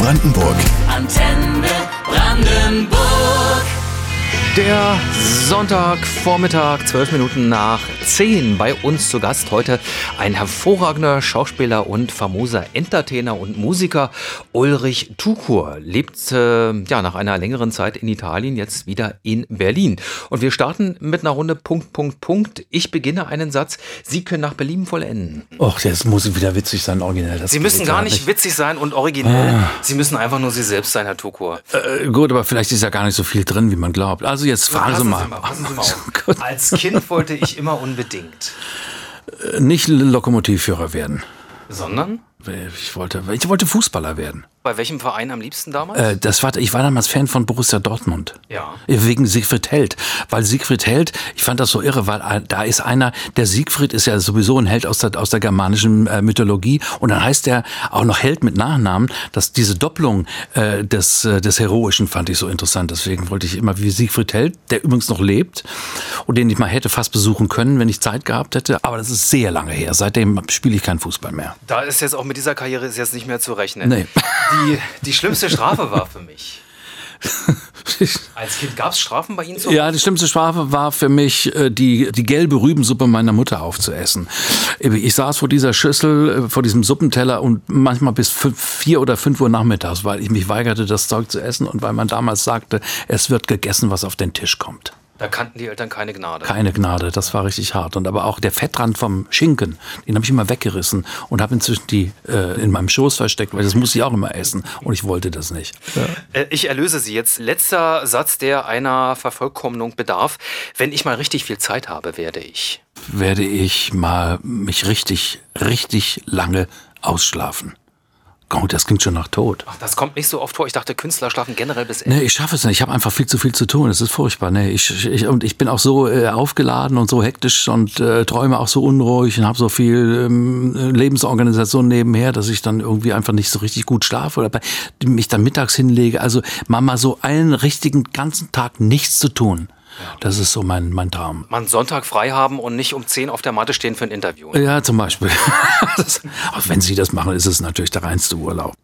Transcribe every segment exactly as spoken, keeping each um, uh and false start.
Brandenburg. Antenne Brandenburg. Der Sonntagvormittag, zwölf Minuten nach zehn. Bei uns zu Gast heute ein hervorragender Schauspieler und famoser Entertainer und Musiker. Ulrich Tukur lebt äh, ja, nach einer längeren Zeit in Italien jetzt wieder in Berlin. Und wir starten mit einer Runde Punkt, Punkt, Punkt. Ich beginne einen Satz. Sie können nach Belieben vollenden. Och, das muss wieder witzig sein, originell. Das Sie müssen gar nicht, nicht witzig sein und originell. Ah. Sie müssen einfach nur Sie selbst sein, Herr Tukur. Äh, gut, aber vielleicht ist ja gar nicht so viel drin, wie man glaubt. Also jetzt fragen Sie mal. Sie mal, passen Sie mal auf. Als Kind wollte ich immer unbedingt nicht Lokomotivführer werden. Sondern? Ich wollte, ich wollte Fußballer werden. Bei welchem Verein am liebsten damals? Äh, das war, ich war damals Fan von Borussia Dortmund. Ja. Wegen Siegfried Held. Weil Siegfried Held, ich fand das so irre, weil da ist einer, der Siegfried ist ja sowieso ein Held aus der, aus der germanischen äh, Mythologie. Und dann heißt der auch noch Held mit Nachnamen. Dass diese Doppelung äh, des, äh, des Heroischen fand ich so interessant. Deswegen wollte ich immer wie Siegfried Held, der übrigens noch lebt und den ich mal hätte fast besuchen können, wenn ich Zeit gehabt hätte. Aber das ist sehr lange her. Seitdem spiele ich keinen Fußball mehr. Da ist jetzt auch mit dieser Karriere ist jetzt nicht mehr zu rechnen. Nee. Die, die schlimmste Strafe war für mich. Als Kind gab es Strafen bei Ihnen zu Hause? Ja, die schlimmste Strafe war für mich, die, die gelbe Rübensuppe meiner Mutter aufzuessen. Ich saß vor dieser Schüssel, vor diesem Suppenteller und manchmal bis fünf, vier oder fünf Uhr nachmittags, weil ich mich weigerte, das Zeug zu essen und weil man damals sagte, es wird gegessen, was auf den Tisch kommt. Da kannten die Eltern keine Gnade. Keine Gnade, das war richtig hart. Und aber auch der Fettrand vom Schinken, den habe ich immer weggerissen und habe inzwischen die äh, in meinem Schoß versteckt, weil das muss ich auch immer essen und ich wollte das nicht. Ja. Äh, ich erlöse Sie jetzt. Letzter Satz, der einer Vervollkommnung bedarf. Wenn ich mal richtig viel Zeit habe, werde ich... Werde ich mal mich richtig, richtig lange ausschlafen. Oh, das klingt schon nach Tod. Ach, das kommt nicht so oft vor. Ich dachte, Künstler schlafen generell bis Ende. Nee, ich schaffe es nicht. Ich habe einfach viel zu viel zu tun. Es ist furchtbar. Nee, ich, ich, und ich bin auch so äh, aufgeladen und so hektisch und äh, träume auch so unruhig und habe so viel ähm, Lebensorganisation nebenher, dass ich dann irgendwie einfach nicht so richtig gut schlafe oder bei, mich dann mittags hinlege. Also mal so einen richtigen ganzen Tag nichts zu tun. Ja. Das ist so mein, mein Traum. Man Sonntag frei haben und nicht um zehn auf der Matte stehen für ein Interview. Ja, zum Beispiel. das, auch wenn Sie das machen, ist es natürlich der reinste Urlaub.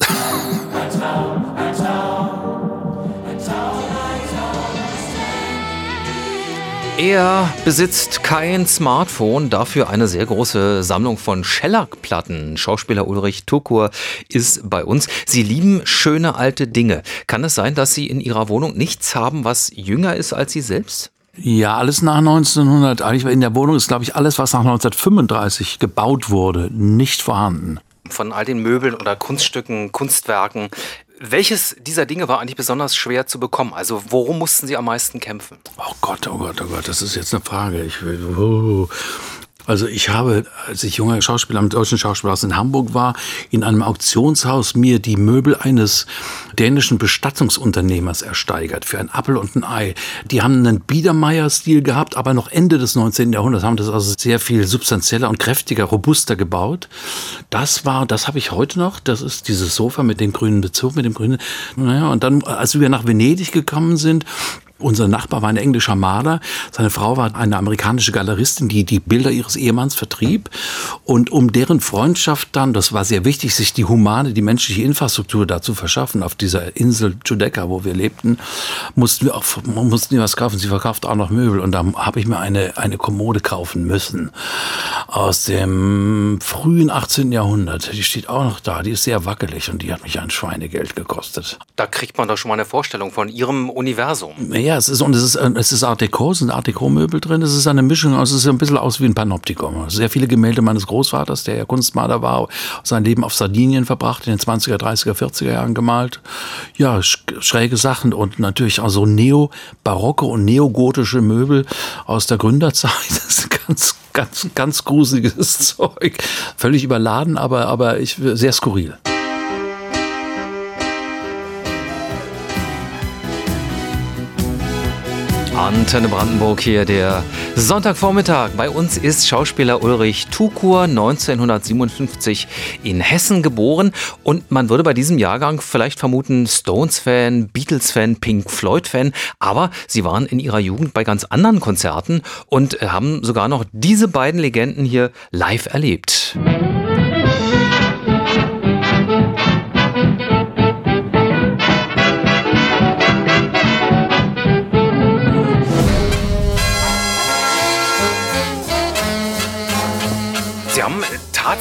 Er besitzt kein Smartphone, dafür eine sehr große Sammlung von Schellackplatten. Schauspieler Ulrich Tukur ist bei uns. Sie lieben schöne alte Dinge. Kann es sein, dass Sie in Ihrer Wohnung nichts haben, was jünger ist als Sie selbst? Ja, alles nach neunzehnhundert. Eigentlich in der Wohnung ist, glaube ich, alles, was nach neunzehnhundertfünfunddreißig gebaut wurde, nicht vorhanden. Von all den Möbeln oder Kunststücken, Kunstwerken. Welches dieser Dinge war eigentlich besonders schwer zu bekommen? Also worum mussten Sie am meisten kämpfen? Oh Gott, oh Gott, oh Gott, das ist jetzt eine Frage. Ich will... Oh. Also ich habe, als ich junger Schauspieler am Deutschen Schauspielhaus in Hamburg war, in einem Auktionshaus mir die Möbel eines dänischen Bestattungsunternehmers ersteigert für ein Appel und ein Ei. Die haben einen Biedermeier-Stil gehabt, aber noch Ende des neunzehnten Jahrhunderts haben das also sehr viel substanzieller und kräftiger, robuster gebaut. Das war, das habe ich heute noch. Das ist dieses Sofa mit dem grünen Bezug, mit dem grünen. Naja, und dann, als wir nach Venedig gekommen sind, unser Nachbar war ein englischer Maler. Seine Frau war eine amerikanische Galeristin, die die Bilder ihres Ehemanns vertrieb. Und um deren Freundschaft dann, das war sehr wichtig, sich die humane, die menschliche Infrastruktur da zu verschaffen, auf dieser Insel Giudecca, wo wir lebten, mussten wir auch, mussten wir was kaufen. Sie verkauft auch noch Möbel. Und da habe ich mir eine, eine Kommode kaufen müssen. Aus dem frühen achtzehnten Jahrhundert. Die steht auch noch da. Die ist sehr wackelig und die hat mich ein Schweinegeld gekostet. Da kriegt man doch schon mal eine Vorstellung von Ihrem Universum. Ja, es ist, und es ist, es ist Art Deco, es sind Art Deco-Möbel drin, es ist eine Mischung, es ist ein bisschen aus wie ein Panoptikum. Sehr viele Gemälde meines Großvaters, der ja Kunstmaler war, sein Leben auf Sardinien verbracht, in den zwanziger, dreißiger, vierziger Jahren gemalt. Ja, schräge Sachen und natürlich auch so neo-barocke und neogotische Möbel aus der Gründerzeit. Das ist ganz, ganz, ganz gruseliges Zeug. Völlig überladen, aber, aber ich, sehr skurril. Antenne Brandenburg hier, der Sonntagvormittag. Bei uns ist Schauspieler Ulrich Tukur, neunzehnhundertsiebenundfünfzig in Hessen geboren. Und man würde bei diesem Jahrgang vielleicht vermuten, Stones-Fan, Beatles-Fan, Pink Floyd-Fan. Aber sie waren in ihrer Jugend bei ganz anderen Konzerten und haben sogar noch diese beiden Legenden hier live erlebt.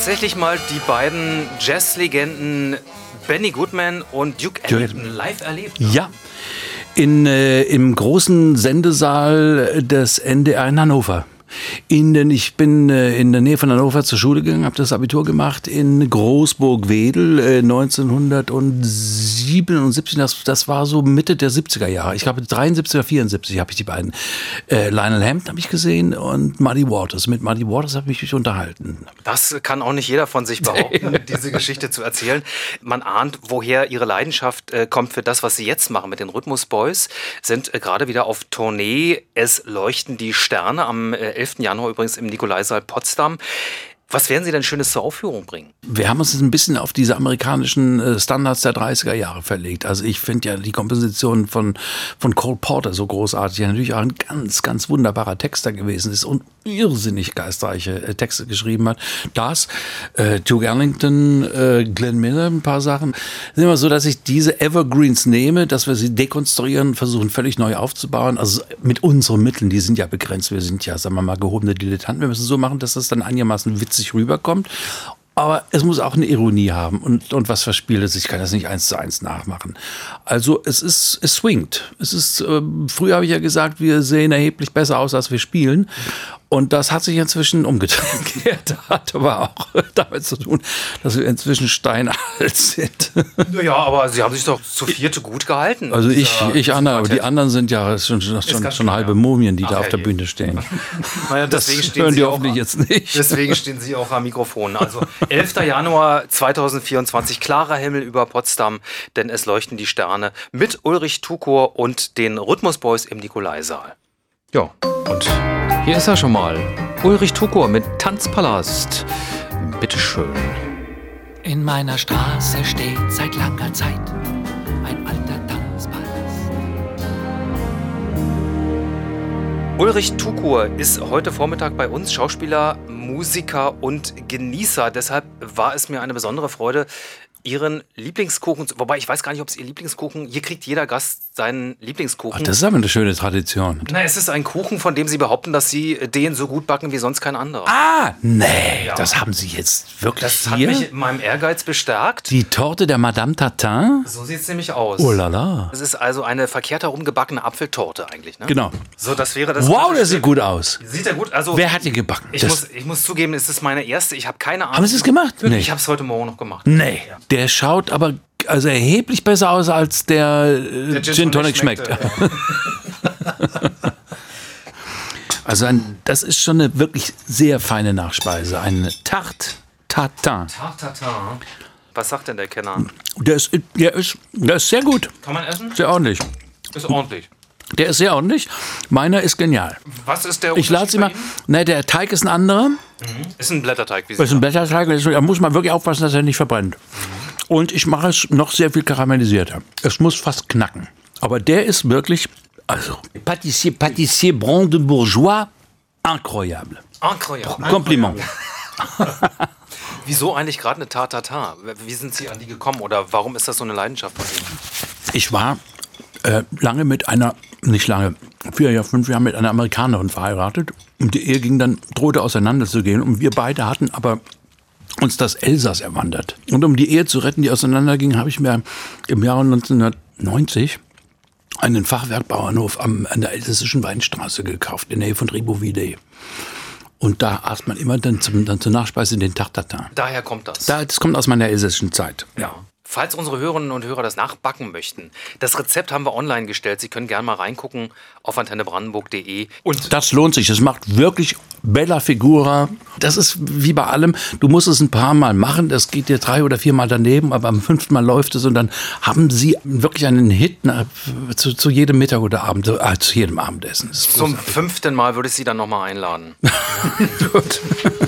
tatsächlich mal die beiden Jazzlegenden Benny Goodman und Duke Ellington live erlebt. Ne? Ja, in, äh, im großen Sendesaal des N D R in Hannover. In den, ich bin äh, in der Nähe von Hannover zur Schule gegangen, habe das Abitur gemacht in Großburg-Wedel äh, neunzehnhundertsiebenundsiebzig. Das, das war so Mitte der siebziger Jahre. Ich glaube dreiundsiebzig oder vierundsiebzig habe ich die beiden. Äh, Lionel Hampton habe ich gesehen und Muddy Waters. Mit Muddy Waters habe ich mich unterhalten. Das kann auch nicht jeder von sich behaupten, diese Geschichte zu erzählen. Man ahnt, woher ihre Leidenschaft äh, kommt für das, was sie jetzt machen mit den Rhythmus Boys. Sind äh, gerade wieder auf Tournee. Es leuchten die Sterne am äh, elften Januar übrigens im Nikolaisaal Potsdam. Was werden Sie denn Schönes zur Aufführung bringen? Wir haben uns ein bisschen auf diese amerikanischen Standards der dreißiger Jahre verlegt. Also ich finde ja die Komposition von, von Cole Porter so großartig. Der natürlich auch ein ganz, ganz wunderbarer Texter gewesen ist und irrsinnig geistreiche Texte geschrieben hat. Das, äh, Duke Ellington, äh, Glenn Miller, ein paar Sachen. Es ist immer so, dass ich diese Evergreens nehme, dass wir sie dekonstruieren, versuchen völlig neu aufzubauen. Also mit unseren Mitteln, die sind ja begrenzt. Wir sind ja, sagen wir mal, gehobene Dilettanten. Wir müssen so machen, dass das dann einigermaßen witzig rüberkommt, aber es muss auch eine Ironie haben und, und was Verspieltes. Ich kann das nicht eins zu eins nachmachen. Also es ist, es swingt. Es ist, äh, früher habe ich ja gesagt, wir sehen erheblich besser aus, als wir spielen. Und das hat sich inzwischen umgekehrt. Hat aber auch damit zu tun, dass wir inzwischen steinalt sind. Ja, aber Sie haben sich doch zu vierte gut gehalten. Also ich, ich Anna, aber die anderen sind ja schon, schon, schon, schon halbe Mumien, die Ach, da auf der Bühne stehen. Naja, deswegen das stehen hören Sie die auch, hoffentlich jetzt nicht. Deswegen stehen Sie auch am Mikrofon. Also elfter Januar zweitausendvierundzwanzig, klarer Himmel über Potsdam, denn es leuchten die Sterne mit Ulrich Tukur und den Rhythmus Boys im Nikolaisaal. Ja, und hier ist er schon mal. Ulrich Tukur mit Tanzpalast. Bitteschön. In meiner Straße steht seit langer Zeit ein alter Tanzpalast. Ulrich Tukur ist heute Vormittag bei uns, Schauspieler, Musiker und Genießer. Deshalb war es mir eine besondere Freude, Ihren Lieblingskuchen, wobei ich weiß gar nicht, ob es Ihr Lieblingskuchen, hier kriegt jeder Gast seinen Lieblingskuchen. Ach, das ist aber eine schöne Tradition. Na, es ist ein Kuchen, von dem Sie behaupten, dass Sie den so gut backen wie sonst kein anderer. Ah, nee, ja. Das haben Sie jetzt wirklich Das hier? hat mich in meinem Ehrgeiz bestärkt. Die Torte der Madame Tatin? So sieht es nämlich aus. Oh la la. Es ist also eine verkehrt herumgebackene Apfeltorte eigentlich, ne? Genau. So, das wäre das. Wow, das sieht gut aus. Sieht ja gut. Also, wer hat die gebacken? Ich muss, ich muss zugeben, es ist meine erste. Ich habe keine Ahnung. Haben Sie es gemacht? Nee. Ich habe es heute Morgen noch gemacht. Nee. Ja. Der schaut aber also erheblich besser aus, als der, der Gin, Gin Tonic schmeckt. Ja. Also ein, das ist schon eine wirklich sehr feine Nachspeise. Eine Tarte Tatin. Tarte Tatin. Was sagt denn der Kenner? Der ist, der ist, der ist sehr gut. Kann man essen? Sehr ordentlich. Ist ordentlich. Der ist sehr ordentlich. Meiner ist genial. Was ist der Ich lade Sie mal. Ne, der Teig ist ein anderer. Mhm. Ist ein Blätterteig. Wie Sie ist ein Blätterteig. Da muss man wirklich aufpassen, dass er nicht verbrennt. Mhm. Und ich mache es noch sehr viel karamellisierter. Es muss fast knacken. Aber der ist wirklich, also Pâtissier, Pâtissier Brandebourgeois, incroyable. Incroyable. Kompliment. Wieso eigentlich gerade eine Tarte Tatin? Wie sind Sie an die gekommen oder warum ist das so eine Leidenschaft von Ihnen? Ich war äh, lange mit einer, nicht lange, vier Jahre, fünf Jahre mit einer Amerikanerin verheiratet. Und die Ehe ging dann, drohte auseinanderzugehen. Und wir beide hatten aber uns das Elsass erwandert. Und um die Ehe zu retten, die auseinanderging, habe ich mir im Jahre neunzehnhundertneunzig einen Fachwerkbauernhof am, an der Elsässischen Weinstraße gekauft, in der Nähe von Ribovillers. Und da aß man immer dann, zum, dann zur Nachspeise den Tarte Tatin. Daher kommt das? Da, das kommt aus meiner elsässischen Zeit, ja. Falls unsere Hörerinnen und Hörer das nachbacken möchten, das Rezept haben wir online gestellt. Sie können gerne mal reingucken auf antenne brandenburg punkt de. Und das lohnt sich. Das macht wirklich bella figura. Das ist wie bei allem. Du musst es ein paar Mal machen. Das geht dir drei oder vier Mal daneben, aber am fünften Mal läuft es und dann haben Sie wirklich einen Hit na, zu, zu jedem Mittag oder Abend, äh, zu jedem Abendessen. Zum fünften Mal würde ich Sie dann nochmal einladen. Gut.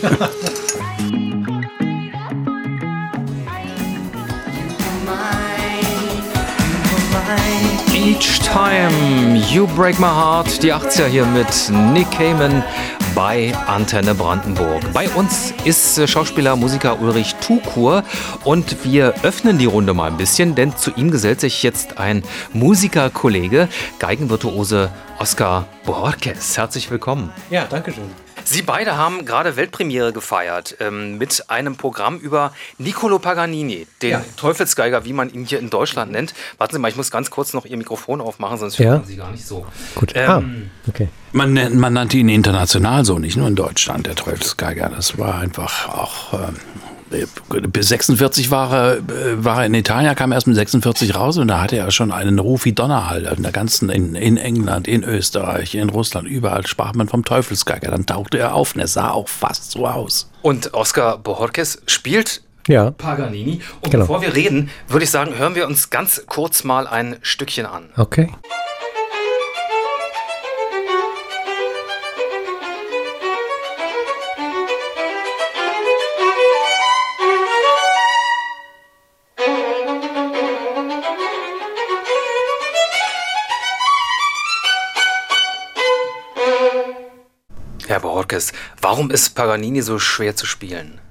Each Time You Break My Heart, die achtziger hier mit Nick Cayman bei Antenne Brandenburg. Bei uns ist Schauspieler, Musiker Ulrich Tukur und wir öffnen die Runde mal ein bisschen, denn zu ihm gesellt sich jetzt ein Musikerkollege, Geigenvirtuose Oscar Borges. Herzlich willkommen. Ja, danke schön. Sie beide haben gerade Weltpremiere gefeiert ähm, mit einem Programm über Niccolò Paganini, den ja. Teufelsgeiger, wie man ihn hier in Deutschland nennt. Warten Sie mal, ich muss ganz kurz noch Ihr Mikrofon aufmachen, sonst hört ja. man Sie gar nicht so. Gut. Ähm, ah, okay. Man, man nannte ihn international so, nicht nur in Deutschland, der Teufelsgeiger. Das war einfach auch... Ähm Bis sechsundvierzig war er, war er in Italien, kam erst mit sechsundvierzig raus und da hatte er schon einen Ruf wie Donnerhall. In der ganzen, in, in England, in Österreich, in Russland, überall sprach man vom Teufelsgeiger. Dann tauchte er auf und er sah auch fast so aus. Und Oscar Bohórquez spielt ja. Paganini. Und genau. bevor wir reden, würde ich sagen, hören wir uns ganz kurz mal ein Stückchen an. Okay. Herr Bohórquez, warum ist Paganini so schwer zu spielen?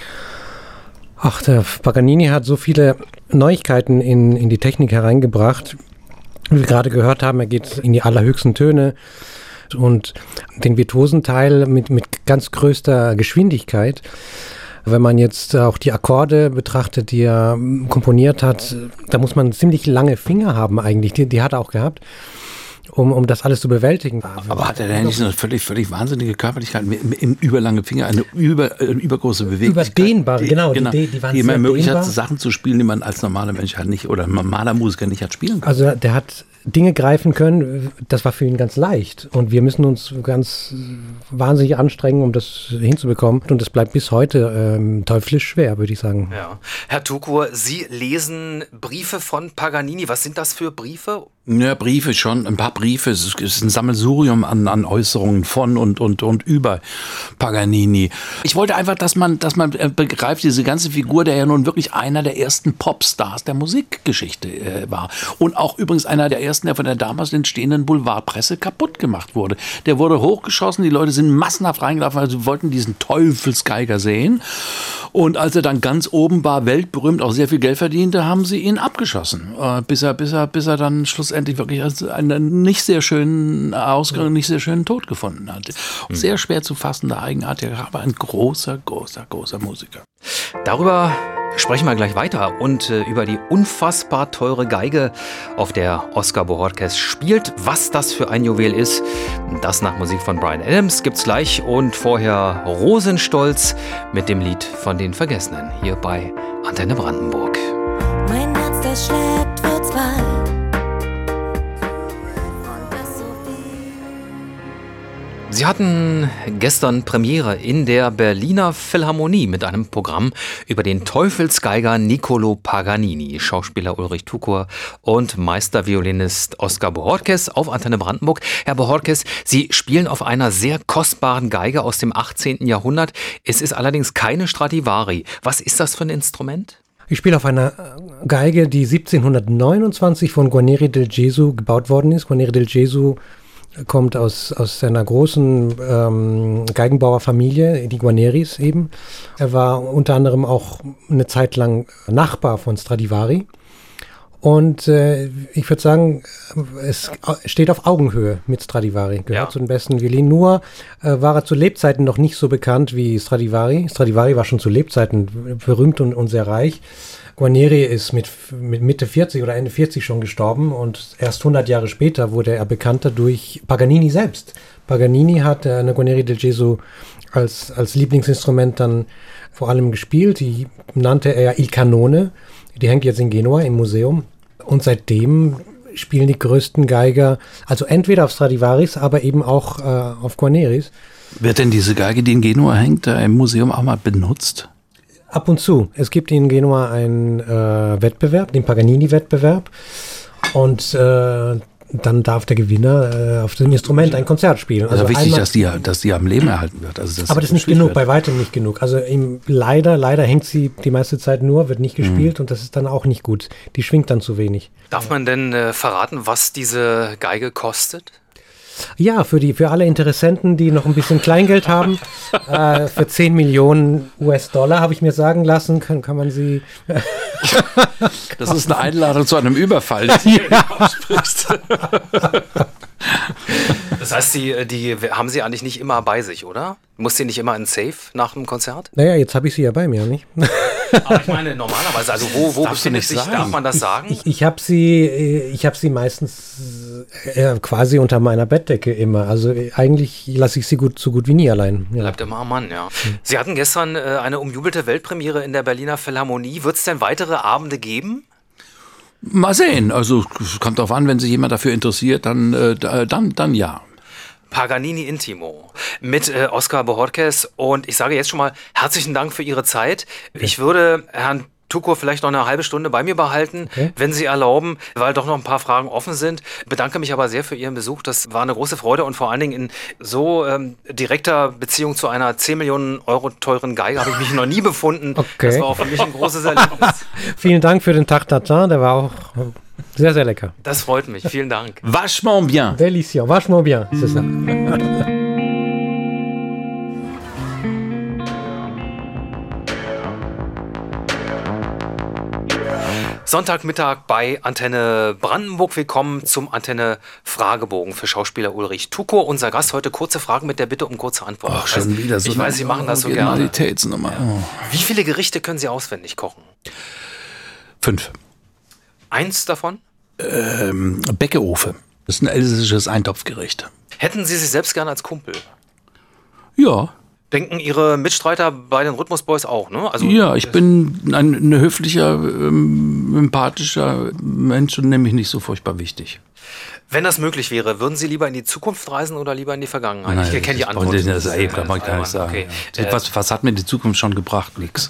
Ach, der Paganini hat so viele Neuigkeiten in, in die Technik hereingebracht. Wie wir gerade gehört haben, er geht in die allerhöchsten Töne und den virtuosen Teil mit, mit ganz größter Geschwindigkeit. Wenn man jetzt auch die Akkorde betrachtet, die er komponiert hat, da muss man ziemlich lange Finger haben eigentlich. Die, die hat er auch gehabt. Um, um das alles zu bewältigen. Aber hat er denn nicht so eine völlig, völlig wahnsinnige Körperlichkeit, im überlange Finger, eine, über, eine übergroße Beweglichkeit? Überdehnbare, genau. genau Die, die, waren die immer möglich dehnbar. hat, Sachen zu spielen, die man als normaler Mensch halt nicht, oder normaler Musiker nicht hat spielen können. Also der hat Dinge greifen können, das war für ihn ganz leicht. Und wir müssen uns ganz wahnsinnig anstrengen, um das hinzubekommen. Und das bleibt bis heute ähm, teuflisch schwer, würde ich sagen. Ja. Herr Tukur, Sie lesen Briefe von Paganini. Was sind das für Briefe? Ja, Briefe schon, ein paar Briefe. Es ist ein Sammelsurium an, an Äußerungen von und, und, und über Paganini. Ich wollte einfach, dass man, dass man begreift, diese ganze Figur, der ja nun wirklich einer der ersten Popstars der Musikgeschichte äh, war. Und auch übrigens einer der ersten, der von der damals entstehenden Boulevardpresse kaputt gemacht wurde. Der wurde hochgeschossen, die Leute sind massenhaft reingelaufen, also sie wollten diesen Teufelsgeiger sehen. Und als er dann ganz oben war, weltberühmt, auch sehr viel Geld verdiente, haben sie ihn abgeschossen. Äh, bis er, bis er, bis er dann schlussendlich wirklich einen nicht sehr schönen Ausgang, nicht sehr schönen Tod gefunden hat. Mhm. Sehr schwer zu fassender Eigenart, aber ein großer, großer, großer Musiker. Darüber sprechen wir gleich weiter und äh, über die unfassbar teure Geige, auf der Oscar Bohórquez spielt. Was das für ein Juwel ist, das nach Musik von Bryan Adams gibt's gleich. Und vorher Rosenstolz mit dem Lied von den Vergessenen hier bei Antenne Brandenburg. Mein Herz, das schlägt, wird's weit. Sie hatten gestern Premiere in der Berliner Philharmonie mit einem Programm über den Teufelsgeiger Niccolò Paganini, Schauspieler Ulrich Tukur und Meisterviolinist Oscar Bohórquez auf Antenne Brandenburg. Herr Bohórquez, Sie spielen auf einer sehr kostbaren Geige aus dem achtzehnten Jahrhundert. Es ist allerdings keine Stradivari. Was ist das für ein Instrument? Ich spiele auf einer Geige, die siebzehnhundertneunundzwanzig von Guarneri del Gesù gebaut worden ist. Guarneri del Gesù kommt aus, aus einer großen ähm, Geigenbauerfamilie, die Guarneris eben. Er war unter anderem auch eine Zeit lang Nachbar von Stradivari. Und äh, ich würde sagen, es steht auf Augenhöhe mit Stradivari, gehört ja. zu den besten Violinen. Nur äh, war er zu Lebzeiten noch nicht so bekannt wie Stradivari. Stradivari war schon zu Lebzeiten berühmt und, und sehr reich. Guarneri ist mit, mit Mitte vierzig oder Ende vierzig schon gestorben und erst hundert Jahre später wurde er bekannter durch Paganini selbst. Paganini hat äh, eine Guarneri del Gesù als, als Lieblingsinstrument dann vor allem gespielt. Die nannte er Il Cannone. Die hängt jetzt in Genua im Museum. Und seitdem spielen die größten Geiger, also entweder auf Stradivaris, aber eben auch äh, auf Guarneris. Wird denn diese Geige, die in Genua hängt, da im Museum auch mal benutzt? Ab und zu. Es gibt in Genua einen äh, Wettbewerb, den Paganini-Wettbewerb. Und äh, dann darf der Gewinner äh, auf dem Instrument ein Konzert spielen. Also, also wichtig, einmal, dass, die, dass die am Leben erhalten wird. Also das aber das ist nicht genug, wird. Bei weitem nicht genug. Also ihm, leider, leider hängt sie die meiste Zeit nur, wird nicht gespielt mhm. und das ist dann auch nicht gut. Die schwingt dann zu wenig. Darf man denn äh, verraten, was diese Geige kostet? Ja, für, die, für alle Interessenten, die noch ein bisschen Kleingeld haben, äh, für zehn Millionen U S-Dollar, habe ich mir sagen lassen, kann, kann man sie... Das ist eine Einladung zu einem Überfall, die ja. aussprichst. Das heißt, die, die haben Sie eigentlich nicht immer bei sich, oder? Muss sie nicht immer in Safe nach dem Konzert? Naja, jetzt habe ich sie ja bei mir, nicht? Aber ich meine, normalerweise, also wo, wo befindet sich, darf man das sagen? Ich, ich habe sie, ich hab sie meistens äh, quasi unter meiner Bettdecke immer. Also äh, eigentlich lasse ich sie gut, so gut wie nie allein. Ja. Bleibt immer am Mann, ja. Hm. Sie hatten gestern äh, eine umjubelte Weltpremiere in der Berliner Philharmonie. Wird es denn weitere Abende geben? Mal sehen. Also es kommt darauf an, wenn sich jemand dafür interessiert, dann, äh, dann, dann ja. Paganini Intimo mit äh, Oskar Bohorquez. Und ich sage jetzt schon mal herzlichen Dank für Ihre Zeit. Okay. Ich würde Herrn Tukur vielleicht noch eine halbe Stunde bei mir behalten, okay, wenn Sie erlauben, weil doch noch ein paar Fragen offen sind. Bedanke mich aber sehr für Ihren Besuch. Das war eine große Freude und vor allen Dingen in so ähm, direkter Beziehung zu einer zehn Millionen Euro teuren Geige habe ich mich noch nie befunden. Okay. Das war auch für mich ein großes Erlebnis. Vielen Dank für den Tag Tatin, der war auch sehr, sehr lecker. Das freut mich. Vielen Dank. Vachement bien. Délicieux, vachement bien, c'est ça. Sonntagmittag bei Antenne Brandenburg. Willkommen zum Antenne Fragebogen für Schauspieler Ulrich Tukur. Unser Gast heute, kurze Fragen mit der Bitte um kurze Antworten. Ach, schon wieder so. Ich weiß, Sie machen das so gerne. Ja. Wie viele Gerichte können Sie auswendig kochen? Fünf. Eins davon? Ähm, Bäckeofe. Das ist ein elsässisches Eintopfgericht. Hätten Sie sich selbst gerne als Kumpel? Ja. Denken Ihre Mitstreiter bei den Rhythmus Boys auch, ne? Also ja, ich bin ein, ein höflicher, ähm, empathischer Mensch und nehme mich nicht so furchtbar wichtig. Wenn das möglich wäre, würden Sie lieber in die Zukunft reisen oder lieber in die Vergangenheit? Nein, ich kenne die Antwort. Das, das, das, das kann man gar nicht sagen. Okay. Was, was hat mir die Zukunft schon gebracht? Nix.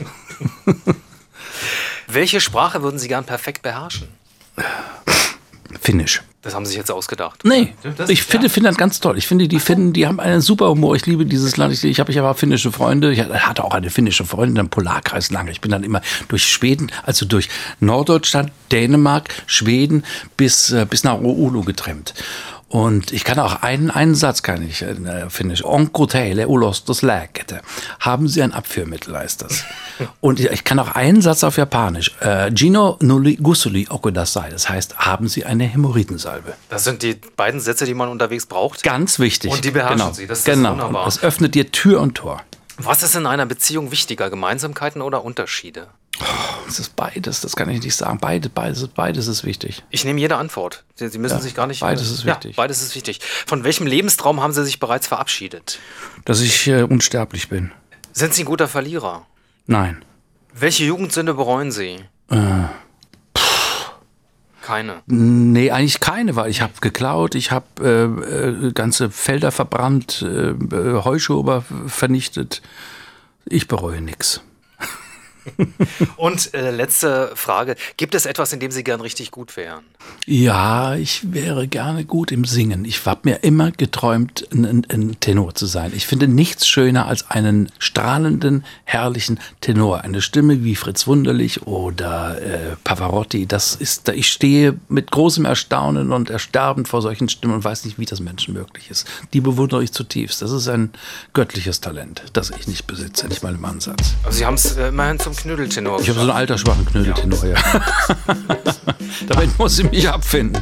Welche Sprache würden Sie gern perfekt beherrschen? Finnisch. Das haben Sie sich jetzt ausgedacht. Nee, das, ich finde ja. Finnland ganz toll. Ich finde, die Finnen, die haben einen super Humor. Ich liebe dieses Land. Ich, ich habe ich aber finnische Freunde. Ich hatte auch eine finnische Freundin im Polarkreis lange. Ich bin dann immer durch Schweden, also durch Norddeutschland, Dänemark, Schweden bis, bis nach Oulu getrennt. Und ich kann auch einen, einen Satz kann ich äh, finnisch. Onko teille ulostos lääkettä. Haben Sie ein Abführmittel, heißt das. Und ich, ich kann auch einen Satz auf Japanisch. Äh, Gino nuli gusuli okodasai. Das heißt, haben Sie eine Hämorrhoidensalbe. Das sind die beiden Sätze, die man unterwegs braucht. Ganz wichtig. Und die beherrschen genau. Sie. Das ist genau. wunderbar. Und das öffnet dir Tür und Tor. Was ist in einer Beziehung wichtiger? Gemeinsamkeiten oder Unterschiede? Oh, es ist beides, das kann ich nicht sagen. Beide, beides, beides ist wichtig. Ich nehme jede Antwort. Sie, Sie müssen ja, sich gar nicht... Beides ist wichtig. Ja, beides ist wichtig. Von welchem Lebenstraum haben Sie sich bereits verabschiedet? Dass ich äh, unsterblich bin. Sind Sie ein guter Verlierer? Nein. Welche Jugendsünde bereuen Sie? Äh, keine? Nee, eigentlich keine, weil ich habe geklaut, ich habe äh, äh, ganze Felder verbrannt, äh, Heuschober vernichtet. Ich bereue nichts. Und äh, letzte Frage. Gibt es etwas, in dem Sie gern richtig gut wären? Ja, ich wäre gerne gut im Singen. Ich habe mir immer geträumt, ein, ein Tenor zu sein. Ich finde nichts schöner als einen strahlenden, herrlichen Tenor. Eine Stimme wie Fritz Wunderlich oder äh, Pavarotti. Das ist, ich stehe mit großem Erstaunen und Ersterben vor solchen Stimmen und weiß nicht, wie das Menschen möglich ist. Die bewundere ich zutiefst. Das ist ein göttliches Talent, das ich nicht besitze, nicht mal im Ansatz. Also Sie haben es äh, immerhin zum Knödeltenor. Ich habe so einen altersschwachen Knödeltenor, ja. ja. Damit muss ich mich abfinden.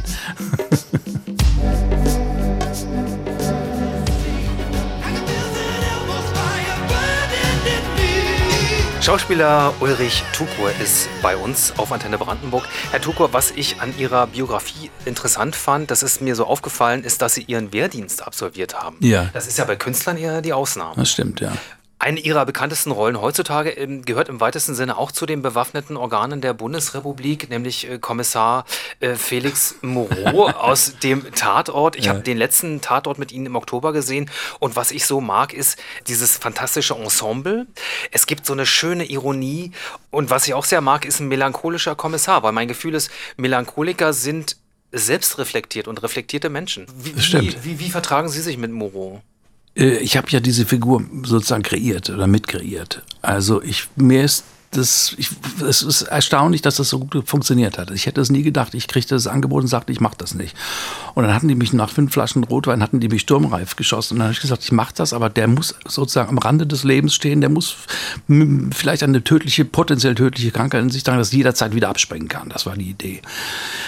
Schauspieler Ulrich Tukur ist bei uns auf Antenne Brandenburg. Herr Tukur, was ich an Ihrer Biografie interessant fand, das ist mir so aufgefallen, ist, dass Sie Ihren Wehrdienst absolviert haben. Ja. Das ist ja bei Künstlern eher die Ausnahme. Das stimmt, ja. Eine ihrer bekanntesten Rollen heutzutage ähm, gehört im weitesten Sinne auch zu den bewaffneten Organen der Bundesrepublik, nämlich äh, Kommissar äh, Felix Moreau aus dem Tatort. Ich ja. habe den letzten Tatort mit Ihnen im Oktober gesehen und was ich so mag, ist dieses fantastische Ensemble. Es gibt so eine schöne Ironie und was ich auch sehr mag, ist ein melancholischer Kommissar, weil mein Gefühl ist, Melancholiker sind selbstreflektiert und reflektierte Menschen. Wie, wie, wie, wie vertragen Sie sich mit Moreau? Ich habe ja diese Figur sozusagen kreiert oder mitkreiert. Also ich, mir ist das, ich, es ist erstaunlich, dass das so gut funktioniert hat. Ich hätte es nie gedacht. Ich kriegte das Angebot und sagte, ich mache das nicht. Und dann hatten die mich nach fünf Flaschen Rotwein, hatten die mich sturmreif geschossen. Und dann habe ich gesagt, ich mache das, aber der muss sozusagen am Rande des Lebens stehen. Der muss vielleicht eine tödliche, potenziell tödliche Krankheit in sich tragen, dass jederzeit wieder abspringen kann. Das war die Idee.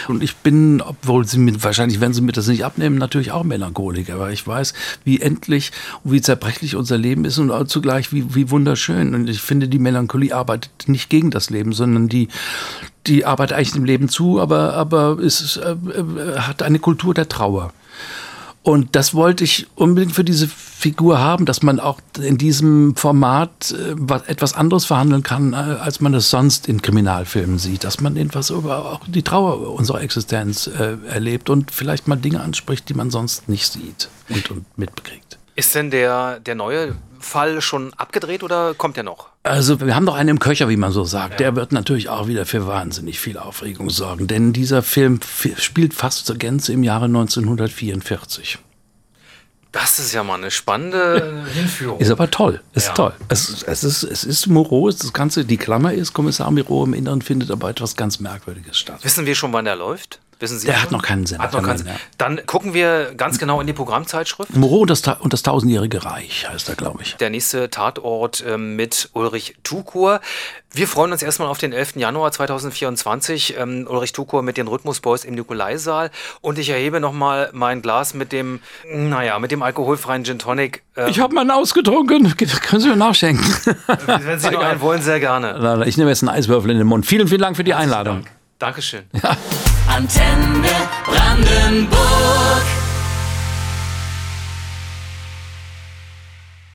Und ich bin, obwohl sie mir, wahrscheinlich werden sie mir das nicht abnehmen, natürlich auch Melancholiker, weil ich weiß, wie endlich und wie zerbrechlich unser Leben ist und auch zugleich wie, wie wunderschön. Und ich finde, die Melancholie arbeitet nicht gegen das Leben, sondern die, die arbeitet eigentlich dem Leben zu, aber, aber es äh, äh, hat eine Kultur der Trauer. Und das wollte ich unbedingt für diese Figur haben, dass man auch in diesem Format äh, etwas anderes verhandeln kann, äh, als man es sonst in Kriminalfilmen sieht. Dass man etwas über auch die Trauer unserer Existenz äh, erlebt und vielleicht mal Dinge anspricht, die man sonst nicht sieht und, und mitbekriegt. Ist denn der, der neue Fall schon abgedreht oder kommt der noch? Also wir haben noch einen im Köcher, wie man so sagt. Ja. Der wird natürlich auch wieder für wahnsinnig viel Aufregung sorgen. Denn dieser Film f- spielt fast zur Gänze im Jahre neunzehnhundertvierundvierzig. Das ist ja mal eine spannende Hinführung. Ist aber toll, ist Ja. toll. Es, es ist, es ist morose, das Ganze, die Klammer ist, Kommissar Miro im Inneren findet aber etwas ganz Merkwürdiges statt. Wissen wir schon, wann der läuft? Wissen Sie Der schon? hat noch keinen Sender. Hat noch keinen Sender. Ja. Dann gucken wir ganz genau in die Programmzeitschrift. Moreau und das, Ta- und das tausendjährige Reich heißt er, glaube ich. Der nächste Tatort ähm, mit Ulrich Tukur. Wir freuen uns erstmal auf den elften Januar zweitausendvierundzwanzig. Ähm, Ulrich Tukur mit den Rhythmusboys im Nikolaisaal. Und ich erhebe nochmal mein Glas mit dem, naja, mit dem alkoholfreien Gin Tonic. Ähm, Ich habe meinen ausgetrunken. Können Sie mir nachschenken? wenn Sie noch einen wollen, sehr gerne. Ich nehme jetzt einen Eiswürfel in den Mund. Vielen, vielen Dank für die Einladung. Dankeschön. Antenne Brandenburg.